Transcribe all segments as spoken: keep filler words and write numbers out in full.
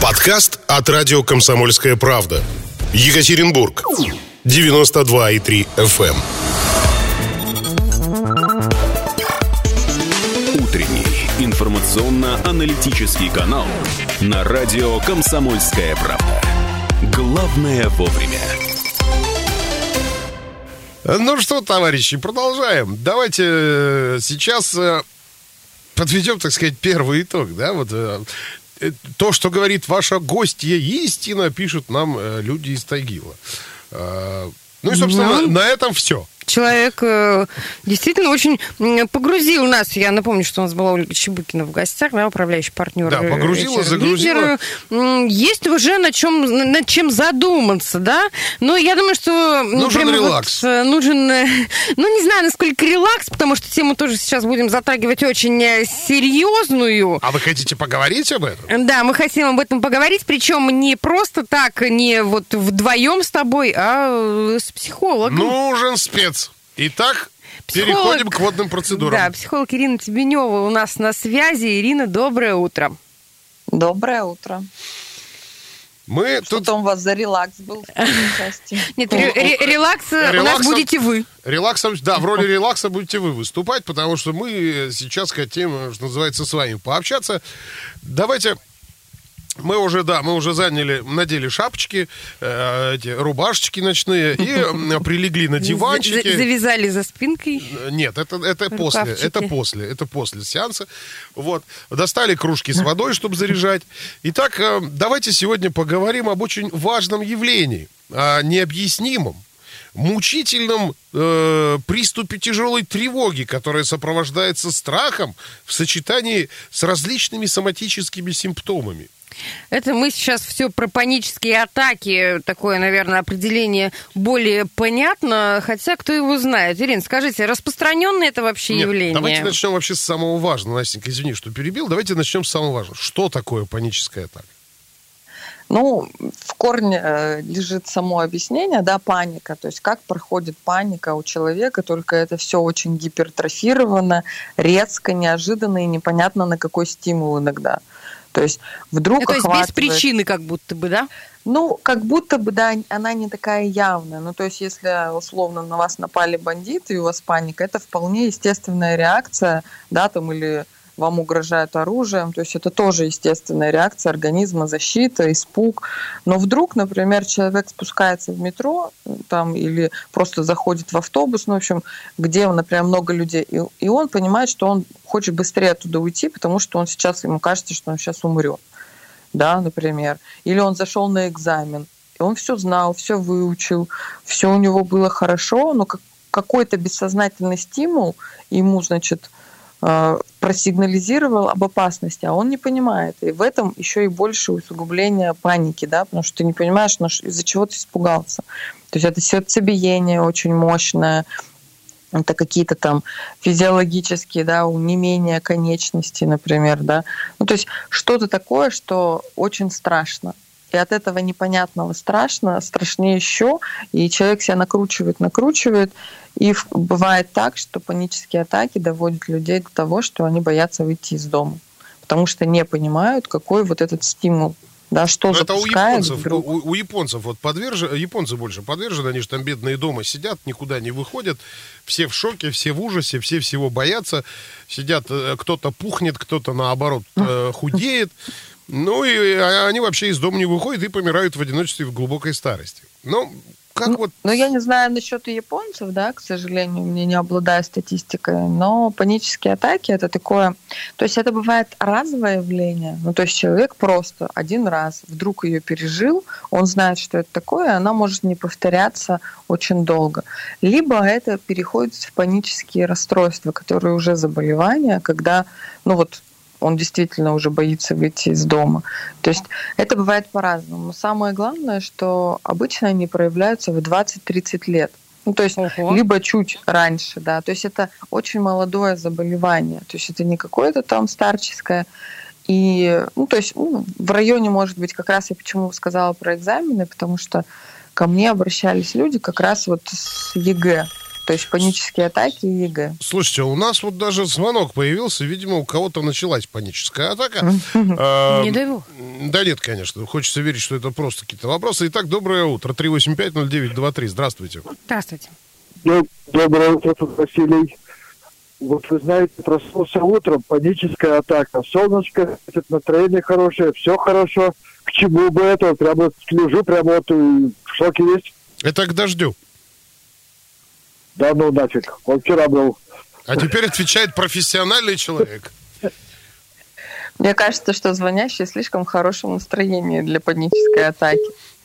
Подкаст от радио «Комсомольская правда». Екатеринбург. девяносто два и три эф эм. Утренний информационно-аналитический канал на радио «Комсомольская правда». Главное вовремя. Ну что, товарищи, продолжаем. Давайте сейчас подведем, так сказать, первый итог, да, вот то, что говорит ваша гостья истина, пишут нам люди из Тагила. Ну и, собственно, ну, на этом все. Человек э, действительно очень погрузил нас. Я напомню, что у нас была Ольга Чебыкина в гостях, да, управляющий партнер. Да, погрузила, загрузила. Есть уже над чем, над чем задуматься, да? Но я думаю, что... Нужен ну, релакс. Вот, нужен, ну, не знаю, насколько релакс, потому что тему тоже сейчас будем затрагивать очень серьезную. А вы хотите поговорить об этом? Да, мы хотим об этом поговорить, причем не просто так, не вот вдвоем с тобой, а с психологом. Нужен спец. Итак, психолог, переходим к водным процедурам. Да, психолог Ирина Тебенева у нас на связи. Ирина, доброе утро. Доброе утро. Мы Что тут... там у вас за релакс был в первой части? Нет, релакс у нас будете вы. Релаксом, да, в роли релакса будете вы выступать, потому что мы сейчас хотим, что называется, с вами пообщаться. Давайте... Мы уже, да, мы уже заняли, надели шапочки, э, эти рубашечки ночные и э, прилегли на диванчики. Завязали за спинкой. Нет, это, это после, это после, это после сеанса. Вот. Достали кружки с водой, чтобы заряжать. Итак, э, давайте сегодня поговорим об очень важном явлении, о необъяснимом, мучительном э, приступе тяжелой тревоги, которая сопровождается страхом в сочетании с различными соматическими симптомами. Это мы сейчас все про панические атаки, такое, наверное, определение более понятно, хотя кто его знает. Ирина, скажите, распространенное это вообще Нет, явление? Давайте начнем вообще с самого важного. Настенька, извини, что перебил. Давайте начнем с самого важного. Что такое паническая атака? Ну, в корне э, лежит само объяснение, да, паника. То есть как проходит паника у человека, только это все очень гипертрофировано, резко, неожиданно и непонятно на какой стимул иногда. То есть вдруг ну, охватывает... То есть без причины как будто бы, да? Ну, как будто бы, да, она не такая явная. Ну, то есть если условно на вас напали бандиты и у вас паника, это вполне естественная реакция, да, там, или вам угрожают оружием, то есть это тоже естественная реакция организма, защита, испуг. Но вдруг, например, человек спускается в метро там, или просто заходит в автобус, ну, в общем, где, например, много людей, и, и он понимает, что он хочет быстрее оттуда уйти, потому что он сейчас, ему кажется, что он сейчас умрет, да, например. Или он зашел на экзамен, и он все знал, все выучил, все у него было хорошо, но как, какой-то бессознательный стимул ему, значит, просигнализировал об опасности, а он не понимает. И в этом еще и больше усугубление паники, да, потому что ты не понимаешь, из-за чего ты испугался. То есть это сердцебиение очень мощное, это какие-то там физиологические, да, онемения конечностей, например, да. Ну, то есть что-то такое, что очень страшно. И от этого непонятного страшно, страшнее еще, и человек себя накручивает, накручивает, и бывает так, что панические атаки доводят людей до того, что они боятся выйти из дома, потому что не понимают, какой вот этот стимул, да, что это запускает у японцев, вдруг. У, у японцев вот подвержены, японцы больше подвержены, они же там бедные дома сидят, никуда не выходят, все в шоке, все в ужасе, все всего боятся, сидят, кто-то пухнет, кто-то наоборот худеет. Ну, и они вообще из дома не выходят и помирают в одиночестве в глубокой старости. Ну, как ну, вот... Ну, я не знаю насчет японцев, да, к сожалению, мне не обладаю статистикой, но панические атаки — это такое... То есть это бывает разовое явление. Ну, то есть человек просто один раз вдруг ее пережил, он знает, что это такое, и она может не повторяться очень долго. Либо это переходит в панические расстройства, которые уже заболевания, когда, ну вот, он действительно уже боится выйти из дома. То есть это бывает по-разному. Но самое главное, что обычно они проявляются в двадцать-тридцать лет. Ну, то есть uh-huh. либо чуть раньше, да. То есть это очень молодое заболевание. То есть это не какое-то там старческое. И, ну, то есть ну, в районе, может быть, как раз я почему сказала про экзамены, потому что ко мне обращались люди как раз вот с ЕГЭ. То есть панические атаки и ЕГЭ. Слушайте, у нас вот даже звонок появился. Видимо, у кого-то началась паническая атака. Не дай бог. Да нет, конечно. Хочется верить, что это просто какие-то вопросы. Итак, доброе утро. три восемь пять ноль девять два три. Здравствуйте. Здравствуйте. Ну, доброе утро, тут Василий. Вот вы знаете, проснулся утром, паническая атака. Солнышко, настроение хорошее, все хорошо. К чему бы это? Прямо лежу, прямо вот в шоке есть. Это к дождю. Да ну нафиг. Он вчера был. А теперь отвечает профессиональный человек. Мне кажется, что звонящий в слишком хорошем настроении для панической атаки.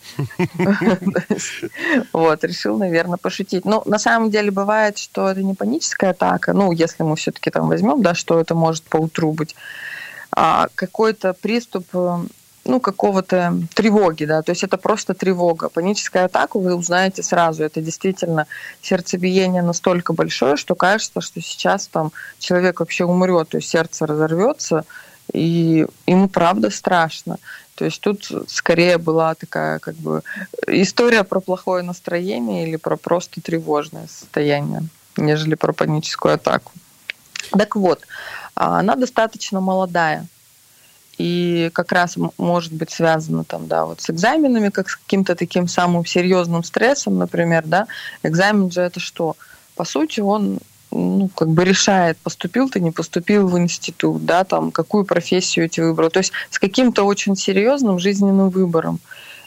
Вот, решил, наверное, пошутить. Ну, на самом деле бывает, что это не паническая атака, ну, если мы все-таки там возьмем, да, что это может поутру быть, а какой-то приступ, ну, какого-то тревоги, да, то есть это просто тревога. Паническая атака вы узнаете сразу, это действительно сердцебиение настолько большое, что кажется, что сейчас там человек вообще умрет, то есть сердце разорвется, и ему правда страшно. То есть тут скорее была такая как бы история про плохое настроение или про просто тревожное состояние, нежели про паническую атаку. Так вот, она достаточно молодая. И как раз может быть связано там, да, вот с экзаменами, как с каким-то таким самым серьезным стрессом, например, да. Экзамен же это что? По сути, он ну, как бы решает, поступил ты, не поступил в институт, да, там, какую профессию ты выбрал. То есть с каким-то очень серьезным жизненным выбором.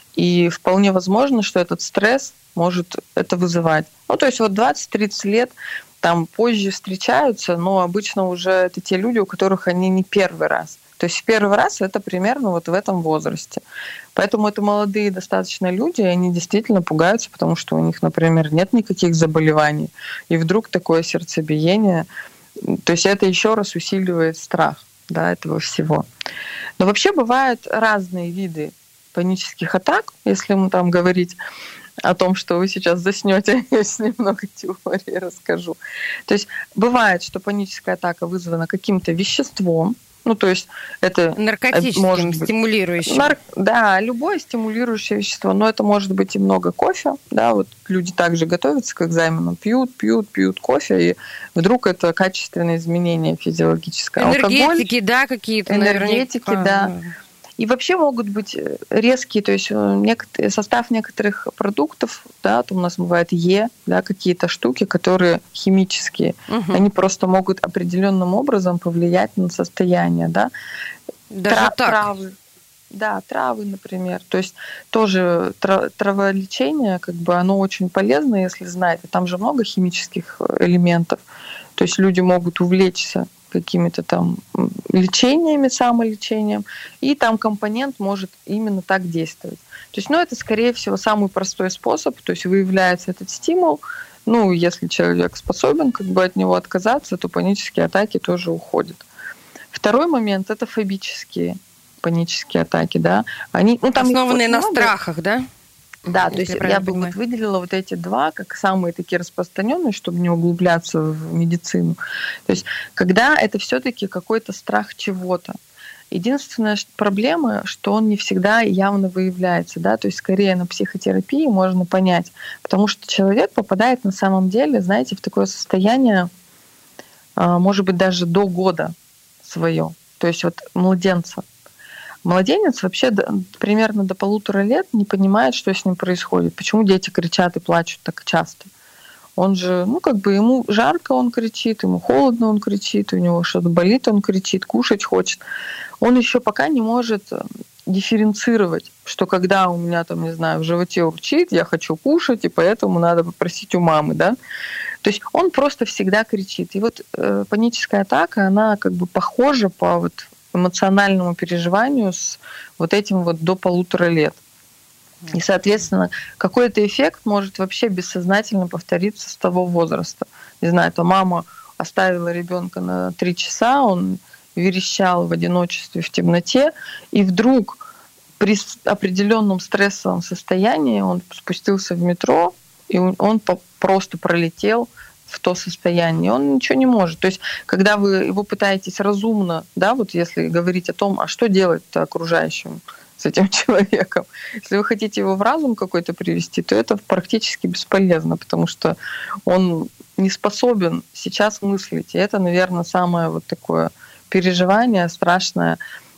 И вполне возможно, что этот стресс может это вызывать. Ну, то есть вот двадцать-тридцать лет там позже встречаются, но обычно уже это те люди, у которых они не первый раз. То есть в первый раз это примерно вот в этом возрасте. Поэтому это молодые достаточно люди, и они действительно пугаются, потому что у них, например, нет никаких заболеваний. И вдруг такое сердцебиение. То есть это еще раз усиливает страх, да, этого всего. Но вообще бывают разные виды панических атак, если мы там говорить о том, что вы сейчас заснете, я сейчас немного теории расскажу. То есть бывает, что паническая атака вызвана каким-то веществом. Ну, то есть это наркотическим, может быть, стимулирующим. Нар... Да, любое стимулирующее вещество, но это может быть и много кофе, да, вот люди также готовятся к экзаменам, пьют, пьют, пьют кофе, и вдруг это качественное изменение физиологическое. Энергетики, алкоголь, да, какие-то, энергетики, наверняка. да. И вообще могут быть резкие, то есть некоторые, состав некоторых продуктов, да, там у нас бывает Е, да, какие-то штуки, которые химические, угу. Они просто могут определенным образом повлиять на состояние, да. Даже Тра- так? Травы, да, травы, например. То есть тоже тра- траволечение, как бы оно очень полезно, если знаете, там же много химических элементов, то есть люди могут увлечься какими-то там лечениями, самолечением, и там компонент может именно так действовать. То есть, ну, это, скорее всего, самый простой способ, то есть выявляется этот стимул, ну, если человек способен как бы от него отказаться, то панические атаки тоже уходят. Второй момент – это фобические панические атаки, да. Они, ну, там основанные на много. страхах, да? Да, то есть я, я бы понимаю. вот выделила вот эти два как самые такие распространенные, чтобы не углубляться в медицину. То есть когда это все-таки какой-то страх чего-то. Единственная проблема, что он не всегда явно выявляется, да, то есть скорее на психотерапии можно понять, потому что человек попадает на самом деле, знаете, в такое состояние, может быть, даже до года свое, то есть вот младенца. Младенец вообще примерно до полутора лет не понимает, что с ним происходит, почему дети кричат и плачут так часто. Он же, ну, как бы ему жарко, он кричит, ему холодно, он кричит, у него что-то болит, он кричит, кушать хочет. Он еще пока не может дифференцировать, что когда у меня там, не знаю, в животе урчит, я хочу кушать, и поэтому надо попросить у мамы, да. То есть он просто всегда кричит. И вот э, паническая атака, она как бы похожа по вот эмоциональному переживанию с вот этим вот до полутора лет. И, соответственно, какой-то эффект может вообще бессознательно повториться с того возраста. Не знаю, то мама оставила ребенка на три часа, он верещал в одиночестве, в темноте, и вдруг при определенном стрессовом состоянии он спустился в метро, и он просто пролетел в то состояние, он ничего не может. То есть, когда вы его пытаетесь разумно, да, вот если говорить о том, а что делать-то окружающим с этим человеком, если вы хотите его в разум какой-то привести, то это практически бесполезно, потому что он не способен сейчас мыслить. И это, наверное, самое вот такое переживание страшное.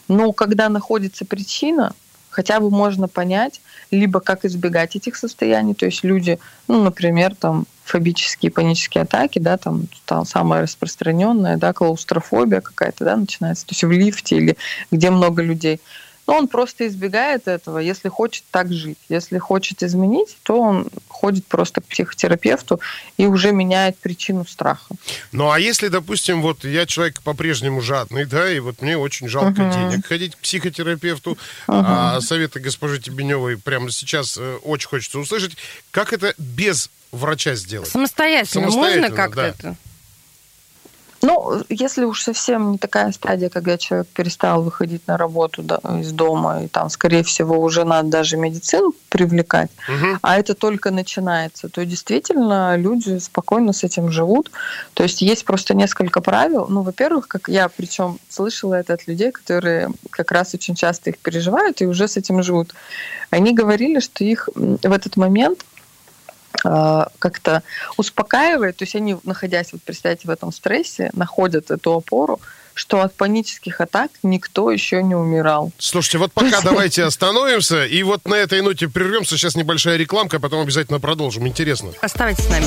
Но когда находится причина, хотя бы можно понять, либо как избегать этих состояний, то есть люди, ну, например, там, фобические панические атаки, да, там, там самая распространенная, да, клаустрофобия какая-то, да, начинается, то есть в лифте или где много людей. Но он просто избегает этого, если хочет так жить. Если хочет изменить, то он ходит просто к психотерапевту и уже меняет причину страха. Ну, а если, допустим, вот я человек по-прежнему жадный, да, и вот мне очень жалко uh-huh. денег ходить к психотерапевту, uh-huh. а советы госпожи Тебеневой прямо сейчас э, очень хочется услышать, как это без врача сделать? Самостоятельно, Самостоятельно можно как-то да. это? Ну, если уж совсем не такая стадия, когда человек перестал выходить на работу, да, из дома, и там, скорее всего, уже надо даже медицину привлекать, угу. а это только начинается, то действительно люди спокойно с этим живут. То есть есть просто несколько правил. Ну, во-первых, как я причем слышала это от людей, которые как раз очень часто их переживают и уже с этим живут. Они говорили, что их в этот момент как-то успокаивает, то есть они, находясь, вот представьте, в этом стрессе, находят эту опору, что от панических атак никто еще не умирал. Слушайте, вот пока давайте остановимся, и вот на этой ноте прервемся, сейчас небольшая рекламка, а потом обязательно продолжим, интересно. Оставайтесь с нами.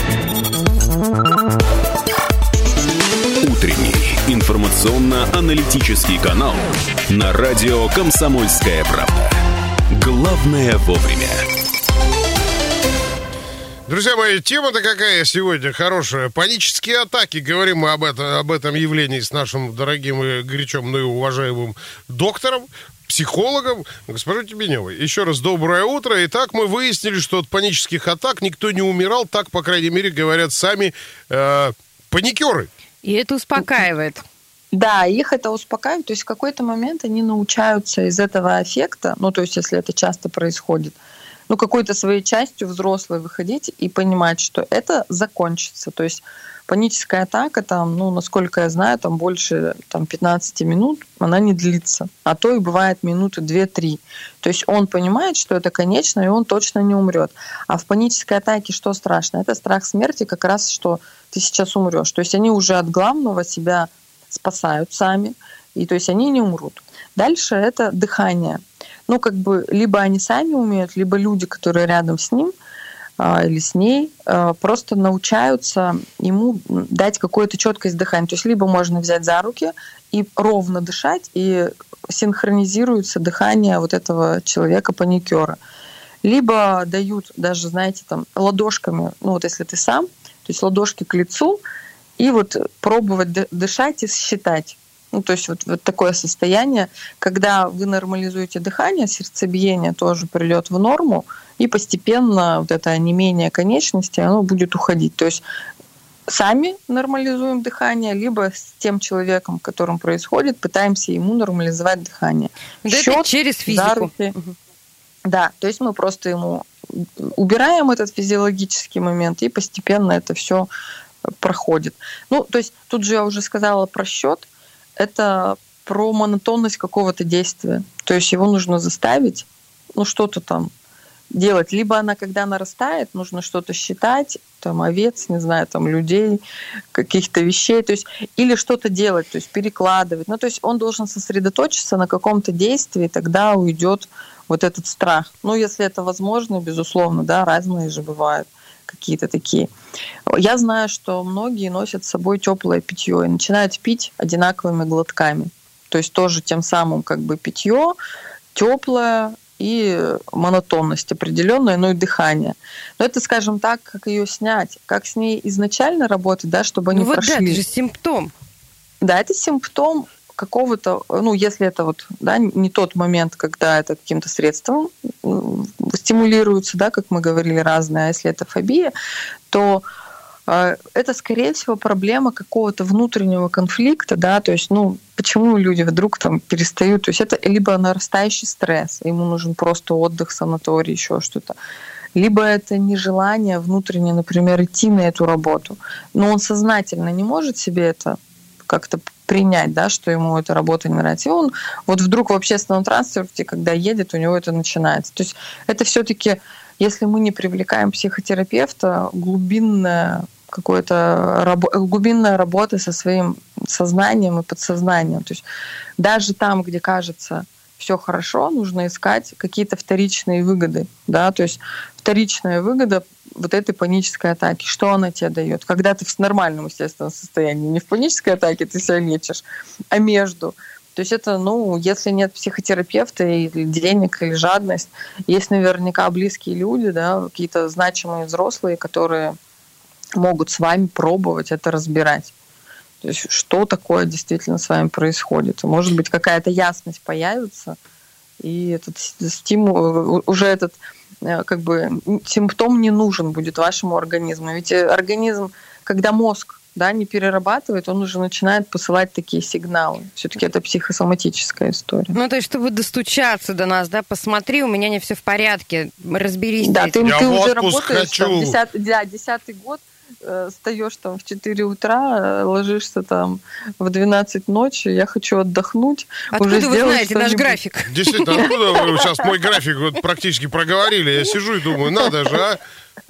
Утренний информационно-аналитический канал на радио «Комсомольская правда». Главное вовремя. Друзья мои, тема-то какая сегодня хорошая. Панические атаки. Говорим мы об этом, об этом явлении с нашим дорогим и горячим, но и уважаемым доктором, психологом, госпожой Тебеневой. Еще раз доброе утро. Итак, мы выяснили, что от панических атак никто не умирал. Так, по крайней мере, говорят сами э, паникеры. И это успокаивает. Да, их это успокаивает. То есть в какой-то момент они научаются из этого аффекта, ну, то есть если это часто происходит, ну, какой-то своей частью взрослой выходить и понимать, что это закончится. То есть паническая атака, там, ну, насколько я знаю, там больше там, пятнадцать минут, она не длится. А то и бывает минуты две-три. То есть он понимает, что это конечно, и он точно не умрет. А в панической атаке что страшно? Это страх смерти, как раз, что ты сейчас умрешь. То есть они уже от главного себя спасают сами, и то есть они не умрут. Дальше это дыхание. Ну, как бы, либо они сами умеют, либо люди, которые рядом с ним а, или с ней, а, просто научаются ему дать какую-то четкость дыхания. То есть либо можно взять за руки и ровно дышать, и синхронизируется дыхание вот этого человека-паникера. Либо дают даже, знаете, там, ладошками, ну, вот если ты сам, то есть ладошки к лицу, и вот пробовать дышать и считать. Ну, то есть вот, вот такое состояние, когда вы нормализуете дыхание, сердцебиение тоже придет в норму, и постепенно вот это онемение конечностей, оно будет уходить. То есть сами нормализуем дыхание, либо с тем человеком, которым происходит, пытаемся ему нормализовать дыхание. Да, это через физику. Угу. Да, то есть мы просто ему убираем этот физиологический момент, и постепенно это все проходит. Ну, то есть тут же я уже сказала про счет. Это про монотонность какого-то действия. То есть его нужно заставить, ну, что-то там делать. Либо она, когда нарастает, нужно что-то считать, там, овец, не знаю, там, людей, каких-то вещей, то есть, или что-то делать, то есть перекладывать. Ну, то есть он должен сосредоточиться на каком-то действии, тогда уйдет вот этот страх. Ну, если это возможно, безусловно, да, разные же бывают какие-то такие. Я знаю, что многие носят с собой теплое питье и начинают пить одинаковыми глотками. То есть тоже тем самым как бы питье, теплое и монотонность определенная, ну и дыхание. Но это, скажем так, как ее снять, как с ней изначально работать, да, чтобы они ну вот прошли. Да, это же симптом. Да, это симптом какого-то, ну, если это вот, да, не тот момент, когда это каким-то средством стимулируется, да, как мы говорили, разное, а если это фобия, то э, это, скорее всего, проблема какого-то внутреннего конфликта, да, то есть, ну, почему люди вдруг там перестают, то есть это либо нарастающий стресс, ему нужен просто отдых, санаторий, еще что-то, либо это нежелание внутренне, например, идти на эту работу, но он сознательно не может себе это как-то принять, да, что ему эта работа не нравится. И он вот вдруг в общественном транспорте, когда едет, у него это начинается. То есть это все-таки если мы не привлекаем психотерапевта, глубинная какое-то рабо- глубинная работа со своим сознанием и подсознанием. То есть даже там, где кажется все хорошо, нужно искать какие-то вторичные выгоды. Да? То есть вторичная выгода вот этой панической атаки. Что она тебе дает? Когда ты в нормальном, естественно, состоянии, не в панической атаке ты себя лечишь, а между. То есть это, ну, если нет психотерапевта или денег, или жадность, есть наверняка близкие люди, да, какие-то значимые взрослые, которые могут с вами пробовать это разбирать. То есть что такое действительно с вами происходит. Может быть, какая-то ясность появится, и этот стимул, уже этот как бы симптом не нужен будет вашему организму. Ведь организм, когда мозг, да, не перерабатывает, он уже начинает посылать такие сигналы. Все-таки это психосоматическая история. Ну, то есть, чтобы достучаться до нас, да, посмотри, у меня не все в порядке, разберись. Да, ты, ты уже работаешь, хочу. Там, десятый, да, десятый год, э, встаешь там в четыре утра, ложишься там в двенадцать ночи, я хочу отдохнуть. Откуда уже вы знаете наш график? Действительно, откуда вы сейчас мой график вот практически проговорили? Я сижу и думаю, надо же, а?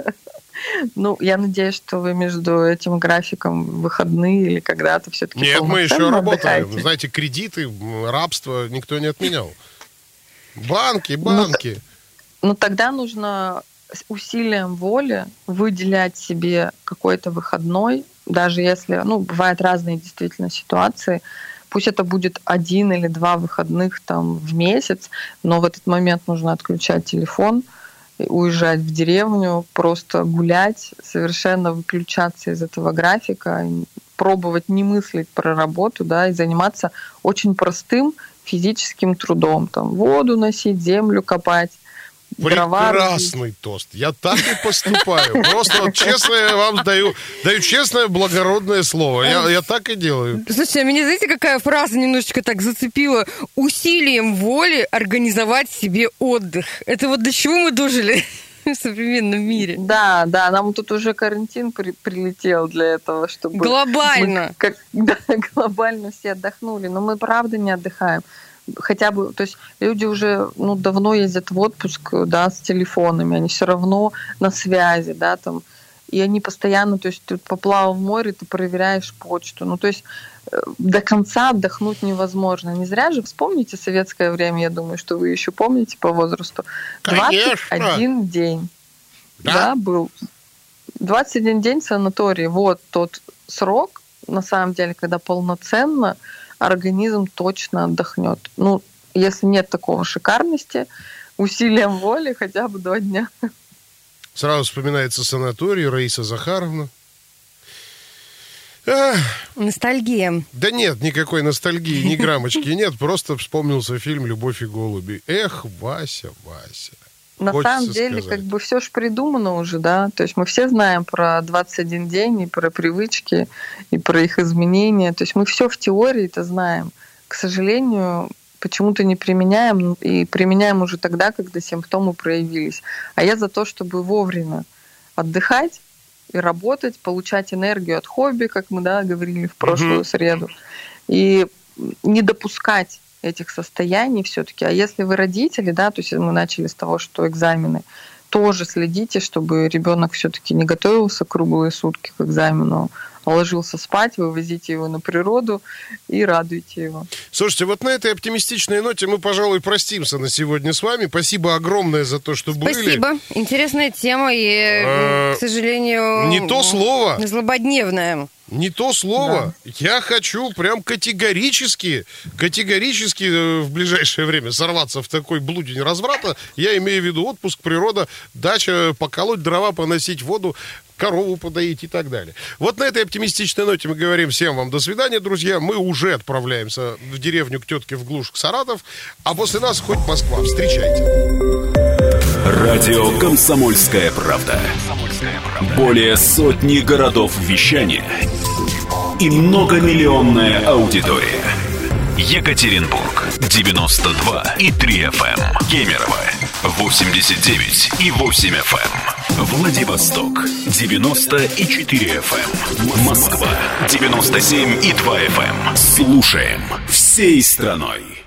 Ну, я надеюсь, что вы между этим графиком выходные или когда-то все-таки Нет, мы еще работаем. отдыхаете. Знаете, кредиты, рабство никто не отменял. Банки, банки. Ну, ну, тогда нужно с усилием воли выделять себе какой-то выходной, даже если, ну, бывают разные действительно ситуации. Пусть это будет один или два выходных там в месяц, но в этот момент нужно отключать телефон, уезжать в деревню, просто гулять, совершенно выключаться из этого графика, пробовать не мыслить про работу, да, и заниматься очень простым физическим трудом. Там, воду носить, землю копать, дрова рубить. Прекрасный тост. Я так и поступаю. Просто вот честно я вам даю, даю честное благородное слово. Я, я так и делаю. Слушайте, а меня, знаете, какая фраза немножечко так зацепила? Усилием воли организовать себе отдых. Это вот до чего мы дожили в современном мире? Да, да, нам тут уже карантин при, прилетел для этого, чтобы... Глобально. Мы, как, да, глобально все отдохнули. Но мы правда не отдыхаем. Хотя бы, то есть люди уже, ну, давно ездят в отпуск, да, с телефонами, они все равно на связи, да, там, и они постоянно, то есть ты поплавал в море, ты проверяешь почту, ну, то есть до конца отдохнуть невозможно. Не зря же, вспомните советское время, я думаю, что вы еще помните по возрасту. двадцать один день, да? Да, был. двадцать один день в санатории, вот тот срок, на самом деле, когда полноценно организм точно отдохнет. Ну, если нет такого шикарности, усилием воли хотя бы два дня. Сразу вспоминается санаторий, Раиса Захаровна. Ах. Ностальгия. Да нет, никакой ностальгии, ни граммочки нет. Просто вспомнился фильм «Любовь и голуби». Эх, Вася, Вася. На Хочется самом деле, сказать. как бы все ж придумано уже, да. То есть мы все знаем про двадцать один день, и про привычки, и про их изменения. То есть мы все в теории-то знаем. К сожалению, почему-то не применяем, и применяем уже тогда, когда симптомы проявились. А я за то, чтобы вовремя отдыхать и работать, получать энергию от хобби, как мы, да, говорили в прошлую mm-hmm. среду, и не допускать этих состояний все-таки. А если вы родители, да, то есть мы начали с того, что экзамены, тоже следите, чтобы ребенок все-таки не готовился круглые сутки к экзамену, а ложился спать, вывозите его на природу и радуйте его. Слушайте, вот на этой оптимистичной ноте мы, пожалуй, простимся на сегодня с вами. Спасибо огромное за то, что были. Спасибо. Интересная тема и, к сожалению... Не то слово. Злободневная. Не то слово. Да. Я хочу прям категорически, категорически в ближайшее время сорваться в такой блудень разврата. Я имею в виду отпуск, природа, дача, поколоть дрова, поносить воду, корову подоить и так далее. Вот на этой оптимистичной ноте мы говорим всем вам до свидания, друзья. Мы уже отправляемся в деревню к тетке в глушь, к Саратов, а после нас хоть Москва. Встречайте. Радио «Комсомольская правда». Более сотни городов вещания и многомиллионная аудитория. Екатеринбург девяносто два и три эф эм, Кемерово восемьдесят девять и восемь эф эм, Владивосток девяносто и четыре эф эм, Москва девяносто семь и два эф эм. Слушаем всей страной.